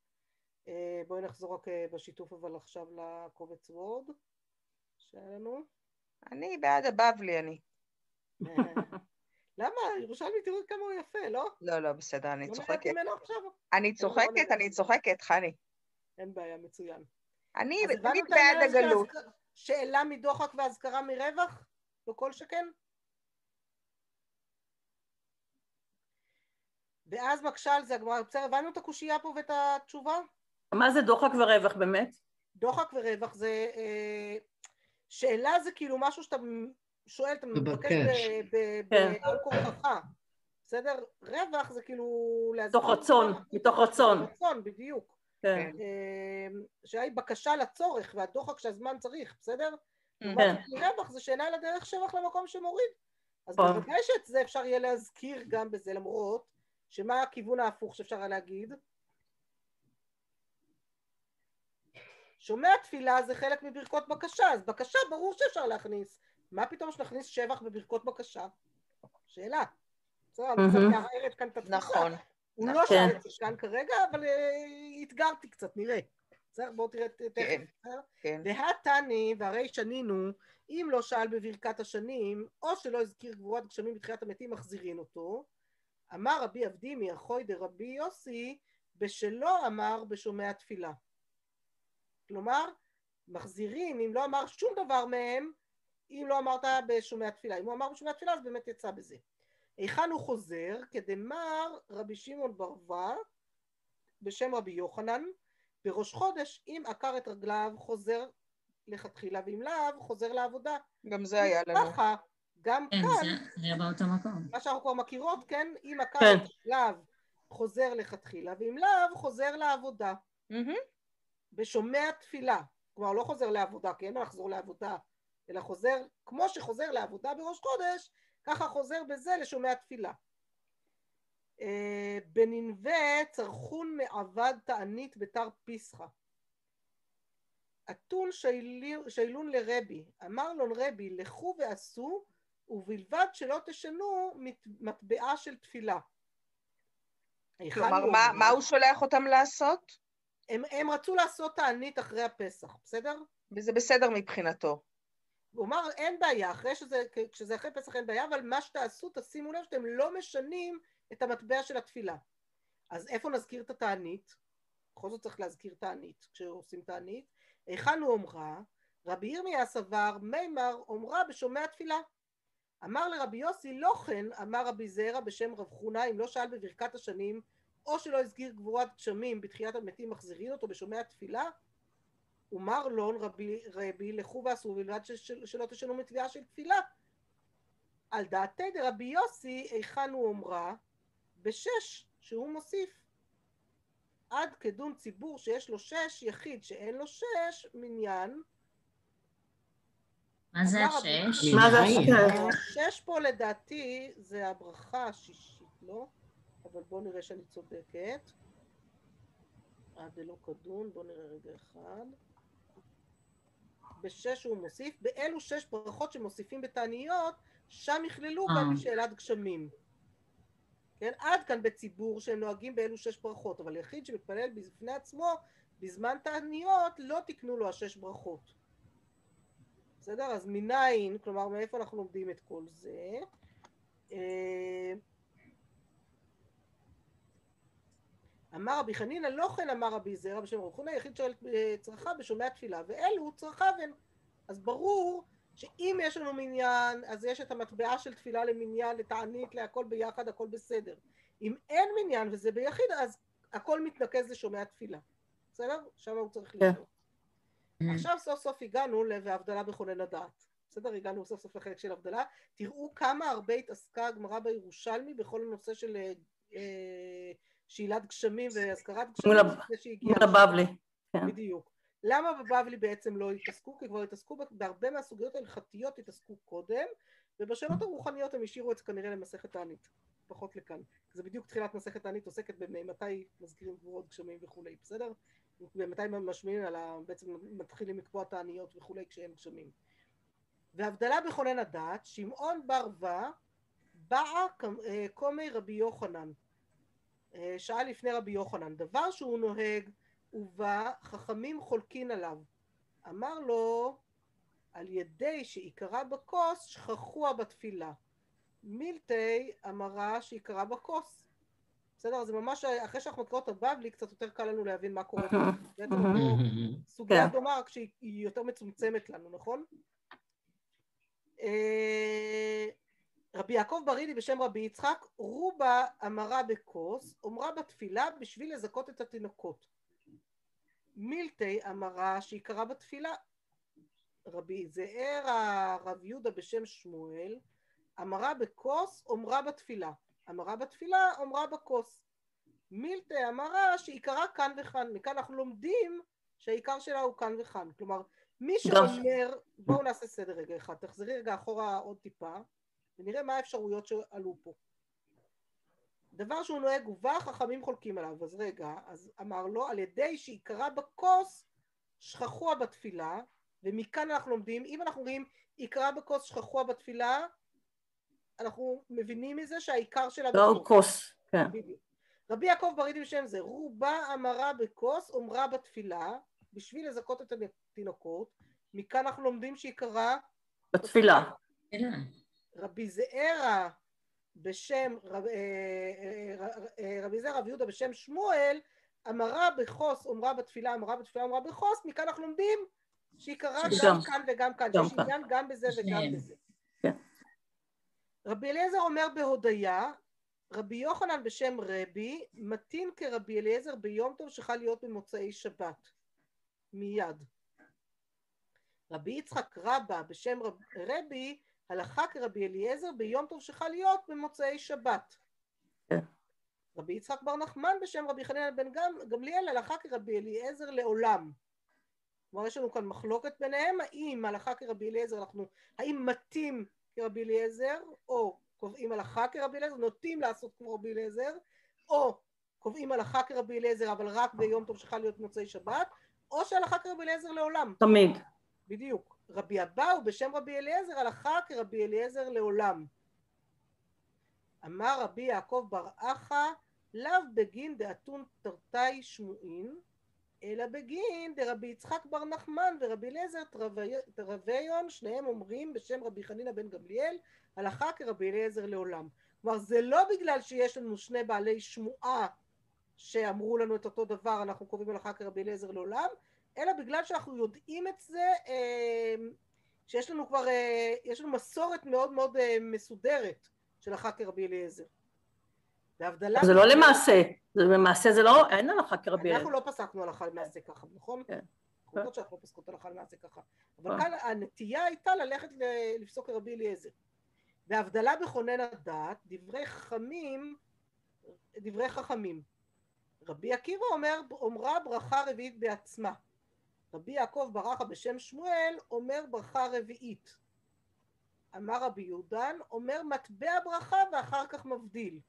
Speaker 1: בואי נחזור רק בשיתוף אבל עכשיו לקובץ וורד שהיה לנו.
Speaker 5: אני בעד הבבלי, אני.
Speaker 1: למה? ירושלמי תראו כמה הוא יפה, לא?
Speaker 5: לא, בסדר, אני צוחקת.
Speaker 1: לא ממנו עכשיו?
Speaker 5: אני צוחקת, חני.
Speaker 1: אין בעיה, מצוין.
Speaker 5: אני בעד הגלות.
Speaker 1: שאלה מדוחק והזכרה מרווח? בכל שכן? ואז מקשה על זה, בסדר, הבנו את הקושייה פה ואת התשובה?
Speaker 2: מה זה דוחק ורווח באמת?
Speaker 1: דוחק ורווח זה... שאלה זה כאילו משהו שאתה שואל, אתה מבקש בעל כורחך. בסדר? רווח זה כאילו...
Speaker 2: מתוך רצון.
Speaker 1: רצון, בדיוק.
Speaker 2: כן.
Speaker 1: שהיא בקשה לצורך, והדוחק שהזמן צריך, בסדר? רווח זה שאלה לדרך שבח למקום שמוריד. אז בוודאי שאת זה אפשר יהיה להזכיר גם בזה, למרות שמה הכיוון ההפוך שאפשר להגיד? שומע תפילה זה חלק מברכות בקשה, אז בקשה ברור שאפשר להכניס. מה פתאום שנכניס שבח בברכות בקשה? שאלה. בסדר, אני קצת מערערת כאן את התפיסה.
Speaker 5: נכון.
Speaker 1: הוא לא שאל את זה כאן כרגע, אבל התגרתי קצת, נראה. בסדר, בואו תראה תכף. והתני, והרי שנינו, אם לא שאל בברכת השנים, או שלא הזכיר גבורת גשמים בתחיית המתים, מחזירין אותו. אמר רבי אבדימי, אחוי דרבי יוסי, בשלא אמר בשומע תפילה. כלומר, מחזירים, אם לא אמר שום דבר מהם, אם לא אמרת בשומע תפילה. אם הוא אמר בשומע תפילה, אז באמת יצא בזה. היכן הוא חוזר? כדמר רבי שמעון ברוה, בשם רבי יוחנן, בראש חודש, אם עקר את רגליו, חוזר לכתחילה, ואם לאו, חוזר לעבודה.
Speaker 5: גם זה היה לנו.
Speaker 1: ככה, גם כאן,
Speaker 3: זה היה באותו מקום.
Speaker 1: מה שאנחנו כבר מכירות, כן? אם עקר את רגליו, חוזר לכתחילה, ואם לאו, חוזר לעבודה. בשומע תפילה. כלומר, לא חוזר לעבודה, כי אין מה לחזור לעבודה, אלא חוזר, כמו שחוזר לעבודה בראש חודש, ככה חוזר בזה לשומע תפילה. בננווה צרכון מעבד תענית בתר פיסחה. אתון שאלון לרבי, אמר לו רבי, לכו ועשו, ובלבד שלא תשנו מטבעה של תפילה.
Speaker 5: כלומר, מה הוא שולח אותם לעשות?
Speaker 1: הם רצו לעשות תענית אחרי הפסח, בסדר?
Speaker 5: וזה בסדר מבחינתו.
Speaker 1: הוא אמר, אין בעיה, כשזה אחרי פסח אין בעיה, אבל מה שתעשו, תשימו לב שאתם לא משנים את המטבע של התפילה. אז איפה נזכיר את התענית? בכל זאת צריך להזכיר תענית, כשעושים תענית. היכן הוא אומרה? רבי ירמיה סבר, מימר אומרה בשומע תפילה. אמר לרבי יוסי, לא כן, אמר רבי זעירא בשם רב חונה, אם לא שאל בברכת השנים, או שלא הזכיר גבורת גשמים בתחיית המתים, מחזירין אותו בשומע תפילה. ומר לון רבי לכו ועשו בלבד שלא תשנו מתביעה של תפילה. על דעתי דרבי יוסי היכן הוא אומרה בשש שהוא מוסיף עד כדון ציבור שיש לו 6 יחיד שאין לו 6 מניין.
Speaker 3: מה זה 6?
Speaker 2: מה זה 6?
Speaker 1: 6 פה לדעתי זה הברכה השישית, לא? אבל בואו נראה שאני צודקת. דלא כדון, בואו נראה רגע אחד. ב6 הוא מוסיף, באלו 6 ברכות שמוסיפים בתעניות, שם יכללו גם שאלת גשמים. כן, עד כאן בציבור שהם נוהגים באלו 6 ברכות, אבל יחיד שמתפלל בפני עצמו, בזמן תעניות, לא תקנו לו 6 ברכות. בסדר? אז מניין, כלומר, מאיפה אנחנו לומדים את כל זה? אמר רבי חנינא לא כן אמר רבי זרע בשם רבי חנינא, היחיד שואל צרכה בשומע תפילה, ואלו צרכיו הן. אז ברור שאם יש לנו מניין, אז יש את המטבעה של תפילה למניין, לתענית, להכל ביחד, הכל בסדר. אם אין מניין וזה ביחיד, אז הכל מתנקז לשומע תפילה. בסדר? שם הוא צריך לשאול. עכשיו סוף סוף הגענו להבדלה בכונן הדעת. בסדר? הגענו סוף סוף לחלק של הבדלה. תראו כמה הרבה התעסקה הגמרא בירושלמי בכל הנושא של שאלת גשמים והזכרת גשמים.
Speaker 2: מול הבבלי.
Speaker 1: בדיוק. למה בבבלי בעצם לא התעסקו? כי כבר התעסקו בהרבה מהסוגיות ההלכתיות, התעסקו קודם, ובשאלות הרוחניות הם השאירו את זה כנראה למסכת תענית, פחות לכאן. זה בדיוק תחילת מסכת תענית עוסקת במתי מזכירים גבורות גשמים וכולי, בסדר? ומתי משמיעים בעצם מתחילים לקבוע תעניות וכולי כשאין גשמים. והבדלה בכונן הדעת, שמעון בר באה קומי רבי יוחנן, שאל לפני רבי יוחנן, דבר שהוא נוהג ובא חכמים חולקין עליו. אמר לו, על ידי שעיקרה בכוס שכחוה בתפילה. מילתי אמרה שעיקרה בכוס. בסדר? זה ממש, אחרי שאנחנו מקרות הבבלי, קצת יותר קל לנו להבין מה קורה. בעצם סוגיה דומה כשהיא יותר מצומצמת לנו, נכון? רבי יעקב ברידי בשם רבי יצחק, רובה אמרה בכוס, אומרה בתפילה בשביל לזכות את התינוקות. מילתי אמרה שעיקרה בתפילה. רבי זעיר הרב יהודה בשם שמואל, אמרה בכוס, אומרה בתפילה. אמרה בתפילה, אומרה בכוס. מילתי אמרה שעיקרה כאן וכאן. מכאן אנחנו לומדים שהעיקר שלה הוא כאן וכאן. כלומר, מי שאומר, בואו נעשה סדר רגע אחד, תחזרי רגע אחורה עוד טיפה, ונראה מה האפשרויות שעלו פה. דבר שהוא נוהג ובא חכמים חולקים עליו, אז רגע, אז אמר לו, על ידי שעיקרה בכוס, שכחוה בתפילה, ומכאן אנחנו לומדים, אם אנחנו רואים עיקרה בכוס, שכחוה בתפילה, אנחנו מבינים מזה שהעיקר שלה
Speaker 2: לא כוס, כן.
Speaker 1: רבי יעקב ברידי בשם זה, רובה אמרה בכוס, אומרה בתפילה, בשביל לזכות את התינוקות, מכאן אנחנו לומדים שעיקרה
Speaker 2: בתפילה.
Speaker 1: רבי זעירא בשם רבי זעירא רב יהודה בשם שמואל, אמרה בכוס, אומרה בתפילה, אמרה בתפילה, אומרה בכוס, מכאן אנחנו לומדים שעיקרה גם כאן וגם כאן, שיש עניין גם בזה וגם בזה. רבי אליעזר אומר בהודיה, רבי יוחנן בשם רבי, מתין כרבי אליעזר ביום טוב שחל להיות במוצאי שבת. מיד. רבי יצחק רבא בשם רבי, הלכה כרבי אליעזר ביום טוב שחל להיות במוצאי שבת. רבי יצחק בר נחמן בשם רבי חנינא בן גמליאל, הלכה כרבי אליעזר לעולם. כלומר, יש לנו כאן מחלוקת ביניהם, האם הלכה כרבי אליעזר, האם מתים כרבי אליעזר, או קובעים הלכה כרבי אליעזר, נוטים לעשות כמו רבי אליעזר, או קובעים הלכה כרבי אליעזר, אבל רק ביום טוב שחל להיות מוצאי שבת, או שהלכה כרבי אליעזר לעולם.
Speaker 2: תמיד.
Speaker 1: בדיוק. רבי אבאו בשם רבי אליעזר, הלכה כרבי אליעזר לעולם. אמר רבי יעקב בר אחא, לאו בגין דאתון תרתי שמועין, אלא בגין דרבי יצחק בר נחמן ורבי אליעזר תרוויון, שניהם אומרים בשם רבי חנינא בן גמליאל, הלכה כרבי אליעזר לעולם. כלומר, זה לא בגלל שיש לנו שני בעלי שמועה שאמרו לנו את אותו דבר, אנחנו קובעים הלכה כרבי אליעזר לעולם, אלא בגלל שאנחנו יודעים את זה, שיש לנו כבר, יש לנו מסורת מאוד מאוד מסודרת של הלכה כרבי אליעזר.
Speaker 2: זה לא למעשה, במעשה זה לא, אין הלכה כרבי אליעזר.
Speaker 1: אנחנו לא פסקנו הלכה למעשה ככה, נכון? למרות שאנחנו לא פוסקות הלכה למעשה ככה. אבל כאן הנטייה הייתה ללכת לפסוק כרבי אליעזר. בהבדלה בכונן הדעת, דברי חכמים. רבי עקיבא אומרה ברכה רביעית בעצמה. רבי יעקב ברכה בשם שמואל אומר ברכה רביעית. אמר רבי יהודן אומר מטבע ברכה ואחר כך מבדיל.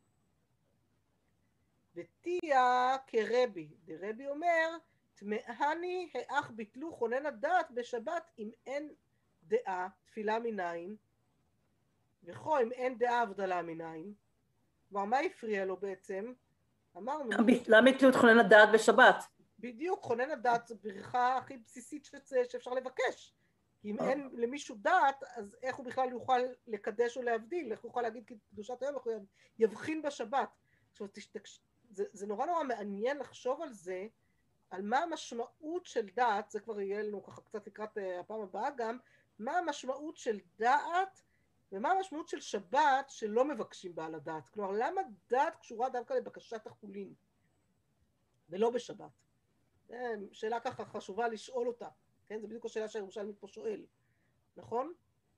Speaker 1: ותיה כרבי, דרבי אומר תמהני האח ביטלו כונן הדעת בשבת אם אין דעה תפילה מניין וכו אם אין דעה הבדלה מניין. כלומר מה הפריע לו בעצם? אמרנו
Speaker 2: למה ביטלו את כונן הדעת בשבת?
Speaker 1: בדיוק, כונן הדעת זו ברכה הכי בסיסית שאפשר לבקש. כי אם אין למישהו דעת, אז איך הוא בכלל יוכל לקדש או להבדיל? איך הוא יוכל להגיד קדושת היום, איך הוא יבחין בשבת? עכשיו, זה נורא נורא מעניין לחשוב על זה, על מה המשמעות של דעת, זה כבר יהיה לנו ככה קצת לקראת הפעם הבאה גם, מה המשמעות של דעת, ומה המשמעות של שבת שלא מבקשים בה על הדעת. כלומר, למה דעת קשורה דווקא לבקשת החולין, ולא בשבת? שאלה ככה חשובה לשאול אותה, כן? זה בדיוק השאלה שהירושלמי פה שואל, נכון?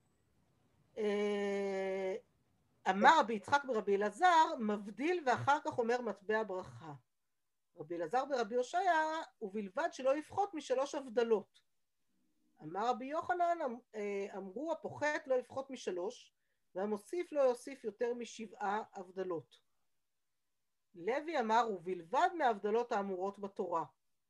Speaker 1: אמר רבי יצחק ברבי אלעזר, מבדיל ואחר כך אומר מטבע ברכה. רבי אלעזר ברבי הושעיה, ובלבד שלא יפחות משלוש הבדלות. אמר רבי יוחנן, אמרו הפוחת לא יפחות משלוש, והמוסיף לא יוסיף יותר משבעה הבדלות. לוי אמר, ובלבד מההבדלות האמורות בתורה.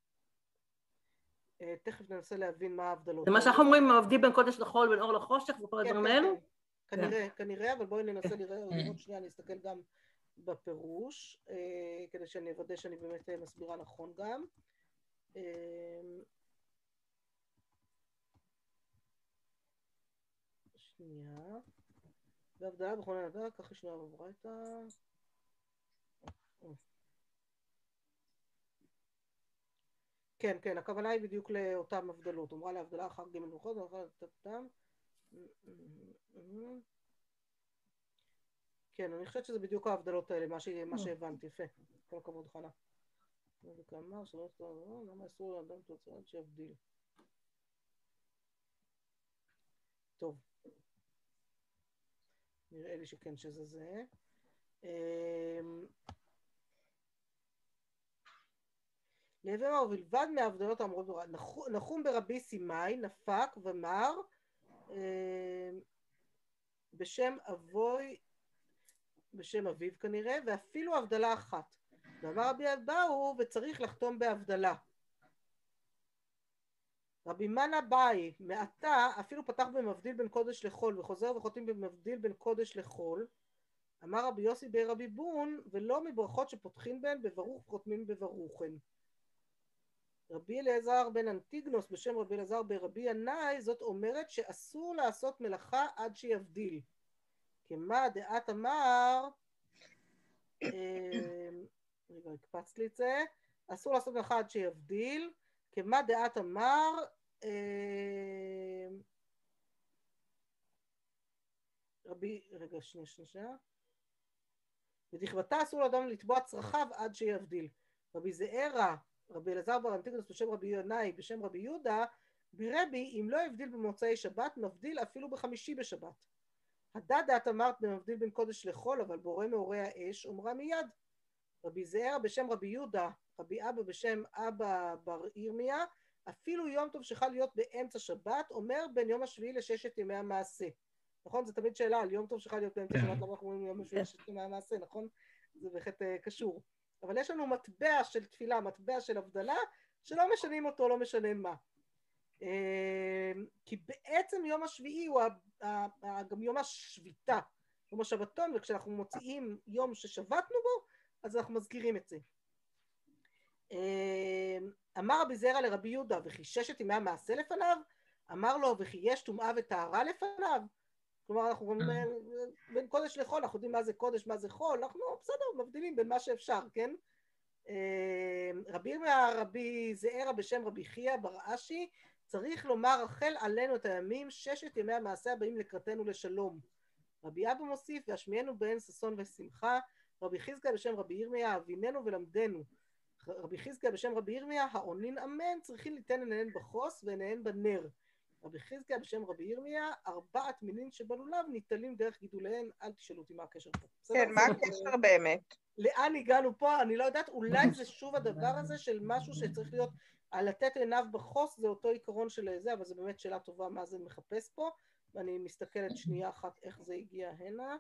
Speaker 1: תכף ננסה להבין מה ההבדלות.
Speaker 2: זה מה שאנחנו אומרים, מבדיל בין קודש לחול, בין אור לחושך, וכל הדברים האלו?
Speaker 1: כנראה, אבל בואי ננסה לראות שנייה, אני אסתכל גם בפירוש, כדי שאני אוודא שאני באמת מסבירה נכון גם. שנייה. בהבדלה בכל הנדע, ככה שנייה עברה את ה... כן, כן, הכוונה היא בדיוק לאותן הבדלות. אומרה להבדלה אחר ג' מלוכות, ואחר תתם. כן, אני חושבת שזה בדיוק ההבדלות האלה, מה שהבנתי. יפה, כל הכבוד חנה. וכאמר, שלא תתאר, למה אסור לאדם תוצאות שיבדיל. טוב. נראה לי שכן שזה זה. לעבר ובלבד מההבדלות האמורות בתורה. נחום ברבי סימאי נפק ומר בשם אביו כנראה, ואפילו הבדלה אחת. ואמר רבי אבאו וצריך לחתום בהבדלה. רבי מנה באי מעתה אפילו פתח במבדיל בין קודש לחול וחוזר וחותמים במבדיל בין קודש לחול. אמר רבי יוסי ברבי בון ולא מברכות שפותחים בהן בברוך וחותמים בברוכן. רבי אלעזר בן אנטיגנוס בשם רבי אלעזר ברבי ינאי זאת אומרת שאסור לעשות מלאכה עד שיבדיל. כמה דעת אמר, רגע הקפץ לי את זה, אסור לעשות מלאכה עד שיבדיל, כמה דעת אמר, רגע שנייה, ותכבתה אסור לאדם לתבוע צרכיו עד שיבדיל. רבי זעירא רבי אלעזר בר אנטיגנוס בשם רבי ינאי בשם רבי יהודה ברבי אם לא הבדיל במוצאי שבת מבדיל אפילו בחמישי בשבת. הדעת אמרת מבדיל בין קודש לחול אבל בורא מאורי האש אומרה מיד. רבי זעירא בשם רבי יהודה רבי אבא בשם אבא בר ירמיה אפילו יום טוב שחל להיות באמצע שבת אומר בין יום השביעי לששת ימי המעשה. נכון? זה תמיד שאלה על יום טוב שחל להיות באמצע שבת למה אנחנו אומרים יום השביעי לששת ימי המעשה, נכון? זה בהחלט קשור. אבל יש לנו מטבע של תפילה, מטבע של הבדלה, שלא משנים אותו, לא משנה מה. כי בעצם יום השביעי הוא גם יום השביתה, יום השבתון, וכשאנחנו מוציאים יום ששבתנו בו, אז אנחנו מזכירים את זה. אמר רבי זעירא לרבי יהודה, וכי ששת ימי המעשה לפניו? אמר לו, וכי יש טומאה וטהרה לפניו? כלומר, אנחנו גם בין קודש לחול, אנחנו יודעים מה זה קודש, מה זה חול, אנחנו בסדר, מבדילים בין מה שאפשר, כן? רבי זעירא בשם רבי חייא בר אשי, צריך לומר רחל עלינו את הימים, ששת ימי המעשה הבאים לקראתנו לשלום. רבי אבא מוסיף, והשמיענו בהן ששון ושמחה, רבי חזקיה בשם רבי ירמיה, אביננו ולמדנו. רבי חזקיה בשם רבי ירמיה, העונין אמן צריכים ליתן עיניהן בחוס ועיניהן בנר. רבי חזקיה בשם רבי ירמיה, 4 מינים שבלולב ניטלים דרך גידוליהן, אל תשאלו אותי מה הקשר פה.
Speaker 5: כן, מה הקשר באמת?
Speaker 1: לאן הגענו פה? אני לא יודעת, אולי זה שוב הדבר הזה של משהו שצריך להיות, על לתת עיניו בחוס, זה אותו עיקרון של זה, אבל זו באמת שאלה טובה מה זה מחפש פה, ואני מסתכלת שנייה אחת איך זה הגיע הנה.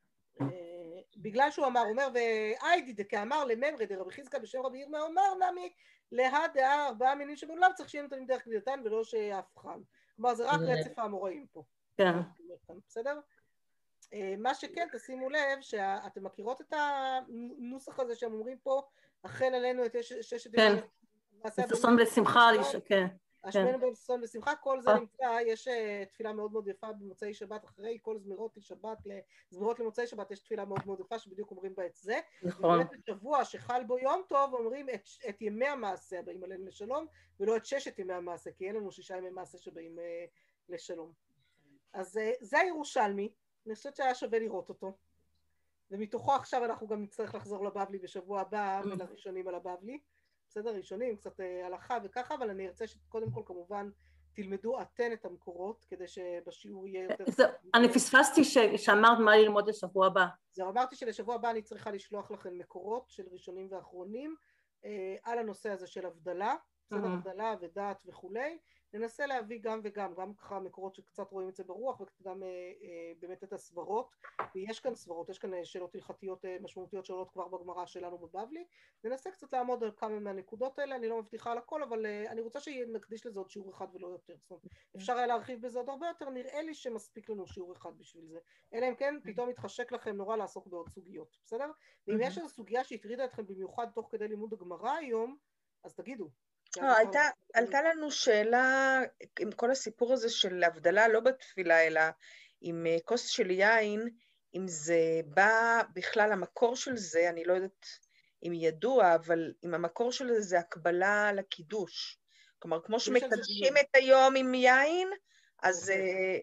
Speaker 1: בגלל שהוא אמר, הוא אומר, ואיידי דקאמר לממרי דרבי חזקיה בשם רבי ירמיה, אומר נמי, להדעה 4 מינים שבלולב, צריך שיהיה נותנים דרך גדילתן ולא שיהפכן. כלומר, זה רק רצף האמוראים פה.
Speaker 2: כן.
Speaker 1: בסדר? מה שכן, תשימו לב, שאתם מכירות את הנוסח הזה שהם אומרים פה, אכן עלינו את 6
Speaker 2: כן, בששון ושמחה, כן.
Speaker 1: השמנו בששון ושמחה, כל זה נמצא, יש תפילה מאוד מאוד יפה במוצאי שבת, אחרי כל זמירות למוצאי שבת, יש תפילה מאוד מאוד יפה שבדיוק אומרים בה את זה.
Speaker 2: נכון.
Speaker 1: ובאמת בשבוע שחל בו יום טוב, אומרים את ימי המעשה הבאים עלינו לשלום, ולא את 6 ימי המעשה, כי אין לנו 6 ימי מעשה שבאים לשלום. אז זה הירושלמי, אני חושבת שהיה שווה לראות אותו, ומתוכו עכשיו אנחנו גם נצטרך לחזור לבבלי בשבוע הבא, ולראשונים על הבבלי, בסדר, ראשונים, קצת הלכה וככה, אבל אני ארצה שקודם כל כמובן תלמדו אתן את המקורות, כדי שבשיעור יהיה יותר...
Speaker 2: אני פספסתי שאמרת מה ללמוד לשבוע הבא.
Speaker 1: זהו, אמרתי שלשבוע הבא אני צריכה לשלוח לכם מקורות של ראשונים ואחרונים, על הנושא הזה של הבדלה, בסדר, הבדלה ודעת וכולי, ננסה להביא גם וגם, גם ככה מקורות שקצת רואים את זה ברוח, וגם באמת את הסברות, ויש כאן סברות, יש כאן שאלות הלכתיות משמעותיות שעולות כבר בגמרא שלנו בבבלי, ננסה קצת לעמוד על כמה מהנקודות האלה, אני לא מבטיחה על הכל, אבל אני רוצה שנקדיש לזה עוד שיעור אחד ולא יותר, זאת אומרת, אפשר היה להרחיב בזה עוד הרבה יותר, נראה לי שמספיק לנו שיעור אחד בשביל זה, אלא אם כן פתאום יתחשק לכם נורא לעסוק בעוד סוגיות, בסדר? ואם יש איזו סוגיה שהטרידה אתכם במיוחד תוך כדי לימוד הגמרא היום, אז תגידו.
Speaker 5: עלתה לנו שאלה עם כל הסיפור הזה של הבדלה, לא בתפילה, אלא עם כוס של יין, אם זה בא בכלל המקור של זה, אני לא יודעת אם ידוע, אבל אם המקור של זה הקבלה לקידוש. כלומר, כמו שמקדשים את היום עם יין, אז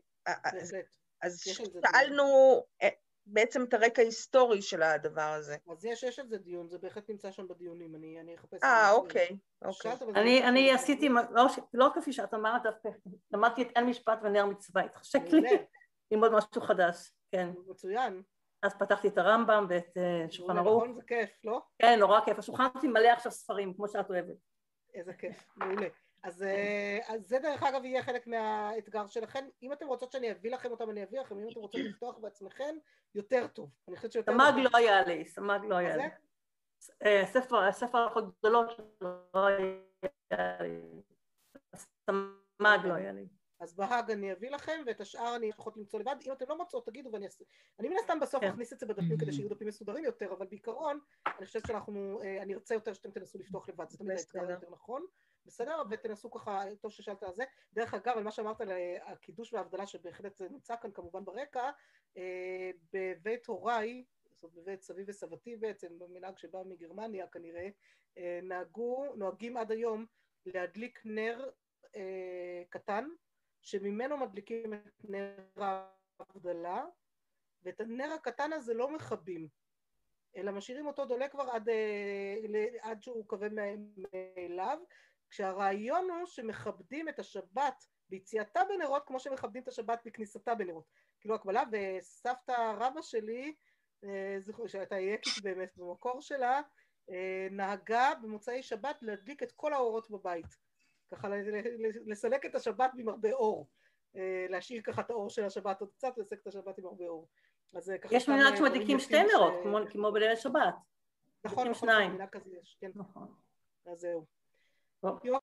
Speaker 5: שאלנו בעצם את הרקע ההיסטורי של הדבר הזה.
Speaker 1: אז יש על זה דיון, זה בהחלט נמצא שם בדיונים, אני אחפש...
Speaker 5: אוקיי.
Speaker 2: אני עשיתי, לא כפי שאת אמרת, למדתי את אין משפט ונר מצווה, התחשק לי ללמוד משהו חדש, כן.
Speaker 1: מצוין.
Speaker 2: אז פתחתי את הרמב"ם ואת שולחן ערוך.
Speaker 1: נכון, זה כיף, לא?
Speaker 2: כן, נורא כיף, השולחן שלי מלא עכשיו ספרים, כמו שאת אוהבת.
Speaker 1: איזה כיף, מעולה. אז זה דרך אגב יהיה חלק מהאתגר שלכם, אם אתם רוצות שאני אביא לכם אותם אני אביא לכם, אם אתם רוצות לפתוח בעצמכם יותר טוב.
Speaker 2: סמ"ג לא היה לי, סמ"ג לא היה לי. הספר הלכות גדולות לא היה לי, סמ"ג לא היה לי.
Speaker 1: אז בהאג אני אביא לכם ואת השאר אני יכולת למצוא לבד, אם אתם לא מוצאות תגידו ואני אעשה, אני מן הסתם בסוף אכניס את זה בדפים כדי שיהיו דפים מסודרים יותר, אבל בעיקרון אני חושבת אני ארצה יותר שאתם תנסו לפתוח לבד, זה תמיד האתגר יותר נכון. בסדר? ותנסו ככה, טוב ששאלת על זה. דרך אגב, על מה שאמרת על הקידוש וההבדלה, שבהחלט זה נמצא כאן כמובן ברקע, בבית הוריי, זאת אומרת בבית סבי וסבתי בעצם, במנהג שבא מגרמניה כנראה, נוהגים עד היום להדליק נר קטן, שממנו מדליקים את נר ההבדלה, ואת הנר הקטן הזה לא מכבים, אלא משאירים אותו דולק כבר עד שהוא קווה מאליו, כשהרעיון הוא שמכבדים את השבת ביציאתה בנרות כמו שמכבדים את השבת בכניסתה בנרות. כאילו הקבלה, וסבתא רבא שלי, שהייתה יקית באמת במקור שלה, נהגה במוצאי שבת להדליק את כל האורות בבית. ככה לסלק את השבת עם הרבה אור. להשאיר ככה את האור של השבת עוד קצת, לסלק את השבת עם הרבה אור.
Speaker 2: יש מנהג שמדליקים 2 נרות, כמו בליל השבת.
Speaker 1: נכון, מנהג כזה יש, כן.
Speaker 2: נכון.
Speaker 1: אז זהו.